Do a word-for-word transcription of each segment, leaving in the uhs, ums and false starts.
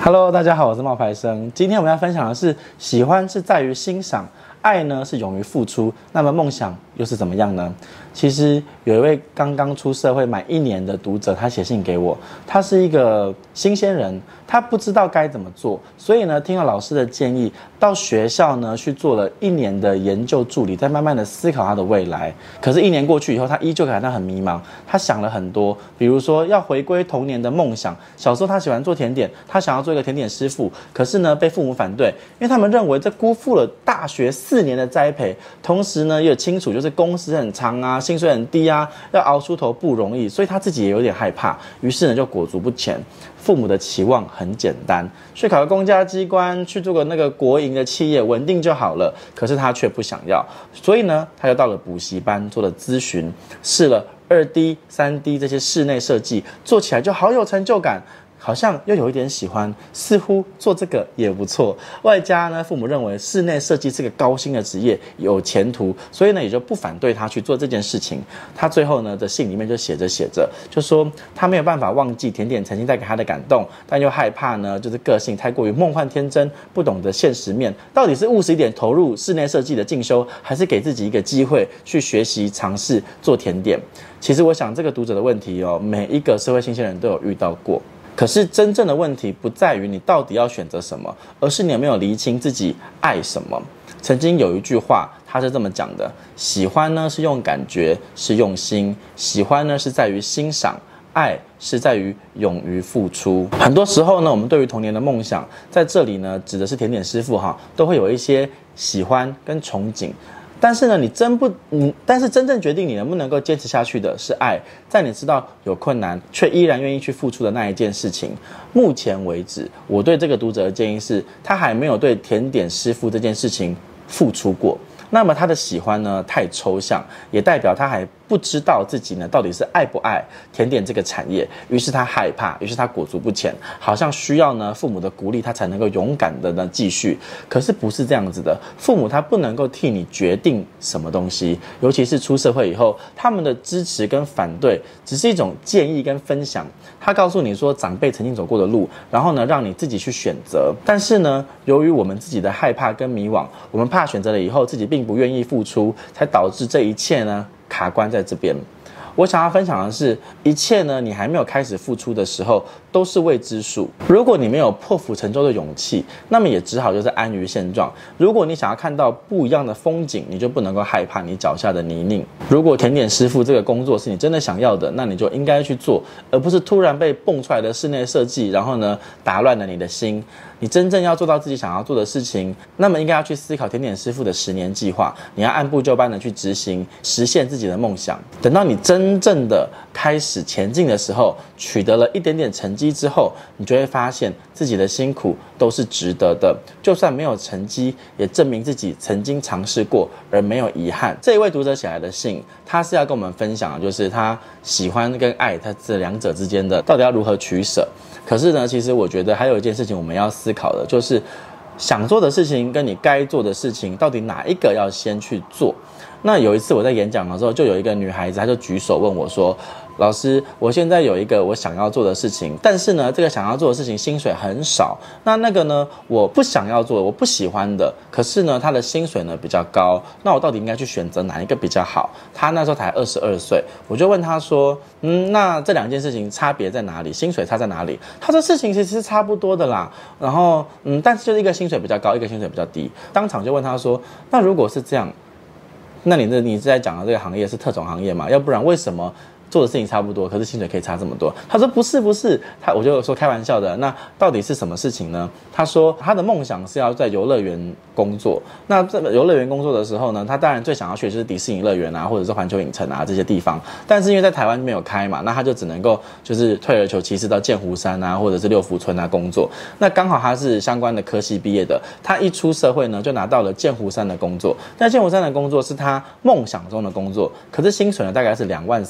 Hello， 大家好，我是冒牌生。今天我们要分享的是，喜欢是在于欣赏，爱呢是勇于付出。那么梦想又是怎么样呢？其实有一位刚刚出社会满一年的读者，他写信给我，他是一个新鲜人，他不知道该怎么做，所以呢，听了老师的建议，到学校呢去做了一年的研究助理，再慢慢的思考他的未来。可是，一年过去以后，他依旧感到很迷茫，他想了很多，比如说要回归童年的梦想。小时候他喜欢做甜点，他想要做一个甜点师傅，可是呢，被父母反对，因为他们认为这辜负了大学四年的栽培，同时呢，也清楚就是工时很长啊，薪水很低啊，要熬出头不容易，所以他自己也有点害怕，于是呢就裹足不前。父母的期望很简单，去考个公家机关，去做个那个国营的企业，稳定就好了。可是他却不想要，所以呢，他就到了补习班做了咨询，试了二 D、三 D 这些室内设计，做起来就好有成就感。好像又有一点喜欢，似乎做这个也不错。外加呢，父母认为室内设计是个高薪的职业，有前途，所以呢也就不反对他去做这件事情。他最后呢的信里面就写着写着，就说他没有办法忘记甜点曾经带给他的感动，但又害怕呢，就是个性太过于梦幻天真，不懂得现实面，到底是务实一点投入室内设计的进修，还是给自己一个机会去学习尝试做甜点？其实我想这个读者的问题哦，每一个社会新鲜人都有遇到过。可是真正的问题不在于你到底要选择什么，而是你有没有厘清自己爱什么。曾经有一句话，他是这么讲的：喜欢呢是用感觉，是用心；喜欢呢是在于欣赏，爱是在于勇于付出。很多时候呢，我们对于童年的梦想，在这里呢指的是甜点师傅哈，都会有一些喜欢跟憧憬。但是呢，你真不，你但是真正决定你能不能够坚持下去的是爱，在你知道有困难却依然愿意去付出的那一件事情。目前为止，我对这个读者的建议是，他还没有对甜点师傅这件事情付出过。那么他的喜欢呢，太抽象，也代表他还不知道自己呢到底是爱不爱甜点这个产业，于是他害怕，于是他裹足不前，好像需要呢父母的鼓励，他才能够勇敢的呢继续。可是不是这样子的，父母他不能够替你决定什么东西，尤其是出社会以后，他们的支持跟反对只是一种建议跟分享，他告诉你说长辈曾经走过的路，然后呢让你自己去选择。但是呢，由于我们自己的害怕跟迷惘，我们怕选择了以后自己并不愿意付出，才导致这一切呢卡关在这边。我想要分享的是，一切呢，你还没有开始付出的时候，都是未知数。如果你没有破釜沉舟的勇气，那么也只好就是安于现状。如果你想要看到不一样的风景，你就不能够害怕你脚下的泥泞。如果甜点师傅这个工作是你真的想要的，那你就应该去做，而不是突然被蹦出来的室内设计，然后呢打乱了你的心。你真正要做到自己想要做的事情，那么应该要去思考甜点师傅的十年计划，你要按部就班的去执行，实现自己的梦想。等到你真正的开始前进的时候，取得了一点点成绩之后，你就会发现自己的辛苦都是值得的。就算没有成绩，也证明自己曾经尝试过而没有遗憾。这一位读者写来的信，他是要跟我们分享的，就是他喜欢跟爱，他这两者之间的到底要如何取舍。可是呢，其实我觉得还有一件事情我们要思考的，就是想做的事情跟你该做的事情，到底哪一个要先去做？那有一次我在演讲的时候，就有一个女孩子，她就举手问我说：“老师，我现在有一个我想要做的事情，但是呢，这个想要做的事情薪水很少。那那个呢，我不想要做，我不喜欢的，可是呢，他的薪水呢比较高。那我到底应该去选择哪一个比较好？”他那时候才二十二岁，我就问他说：“嗯，那这两件事情差别在哪里？薪水差在哪里？”他说：“事情其实是差不多的啦。然后，嗯，但是就是一个薪水比较高，一个薪水比较低。”当场就问他说：“那如果是这样？”那你这你是在讲的这个行业是特种行业嘛？要不然为什么做的事情差不多，可是薪水可以差这么多？他说不是不是，他我就说开玩笑的。那到底是什么事情呢？他说他的梦想是要在游乐园工作。那在游乐园工作的时候呢，他当然最想要去的就是迪士尼乐园啊，或者是环球影城啊这些地方。但是因为在台湾没有开嘛，那他就只能够就是退而求其次到剑湖山啊，或者是六福村啊工作。那刚好他是相关的科系毕业的，他一出社会呢就拿到了剑湖山的工作。那剑湖山的工作是他梦想中的工作，可是薪水呢大概是两万三左右。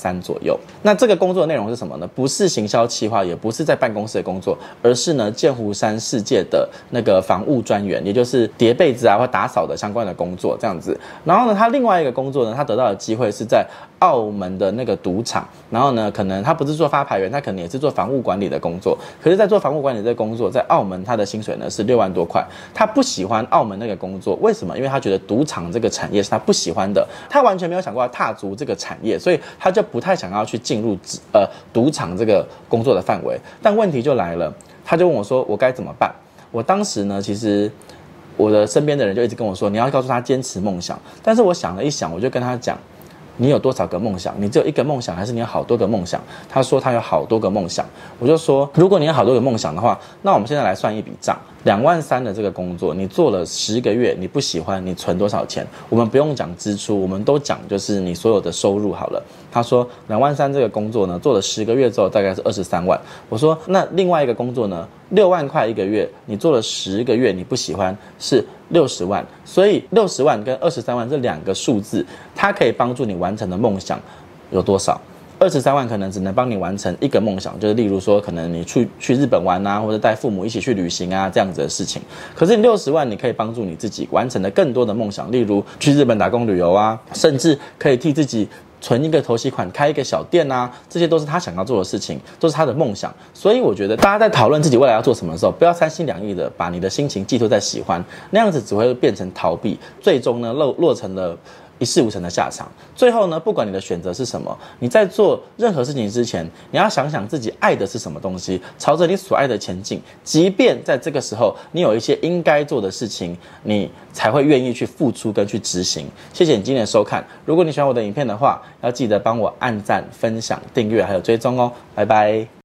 友。那这个工作内容是什么呢？不是行销企划，也不是在办公室的工作，而是呢剑湖山世界的那个房务专员，也就是叠被子啊或打扫的相关的工作这样子。然后呢，他另外一个工作呢，他得到的机会是在澳门的那个赌场，然后呢，可能他不是做发牌员，他可能也是做房务管理的工作。可是，在做房务管理这个工作，在澳门他的薪水呢是六万多块。他不喜欢澳门那个工作，为什么？因为他觉得赌场这个产业是他不喜欢的，他完全没有想过要踏足这个产业，所以他就不太想要去进入呃赌场这个工作的范围。但问题就来了，他就问我说：“我该怎么办？”我当时呢，其实我的身边的人就一直跟我说：“你要告诉他坚持梦想。”但是我想了一想，我就跟他讲。你有多少个梦想？你只有一个梦想，还是你有好多个梦想？他说他有好多个梦想。我就说，如果你有好多个梦想的话，那我们现在来算一笔账。两万三的这个工作，你做了十个月，你不喜欢，你存多少钱？我们不用讲支出，我们都讲就是你所有的收入好了。他说两万三这个工作呢，做了十个月之后大概是二十三万。我说那另外一个工作呢，六万块一个月，你做了十个月，你不喜欢是六十万。所以六十万跟二十三万这两个数字，它可以帮助你完成的梦想有多少？二十三万可能只能帮你完成一个梦想，就是例如说，可能你去去日本玩啊，或者带父母一起去旅行啊，这样子的事情。可是你六十万，你可以帮助你自己完成的更多的梦想，例如去日本打工旅游啊，甚至可以替自己存一个头期款，开一个小店啊，这些都是他想要做的事情，都是他的梦想。所以我觉得大家在讨论自己未来要做什么的时候，不要三心两意的把你的心情寄托在喜欢，那样子只会变成逃避，最终呢落落成了一事无成的下场。最后呢，不管你的选择是什么，你在做任何事情之前，你要想想自己爱的是什么东西，朝着你所爱的前进。即便在这个时候，你有一些应该做的事情，你才会愿意去付出跟去执行。谢谢你今天的收看。如果你喜欢我的影片的话，要记得帮我按赞、分享、订阅还有追踪哦。拜拜。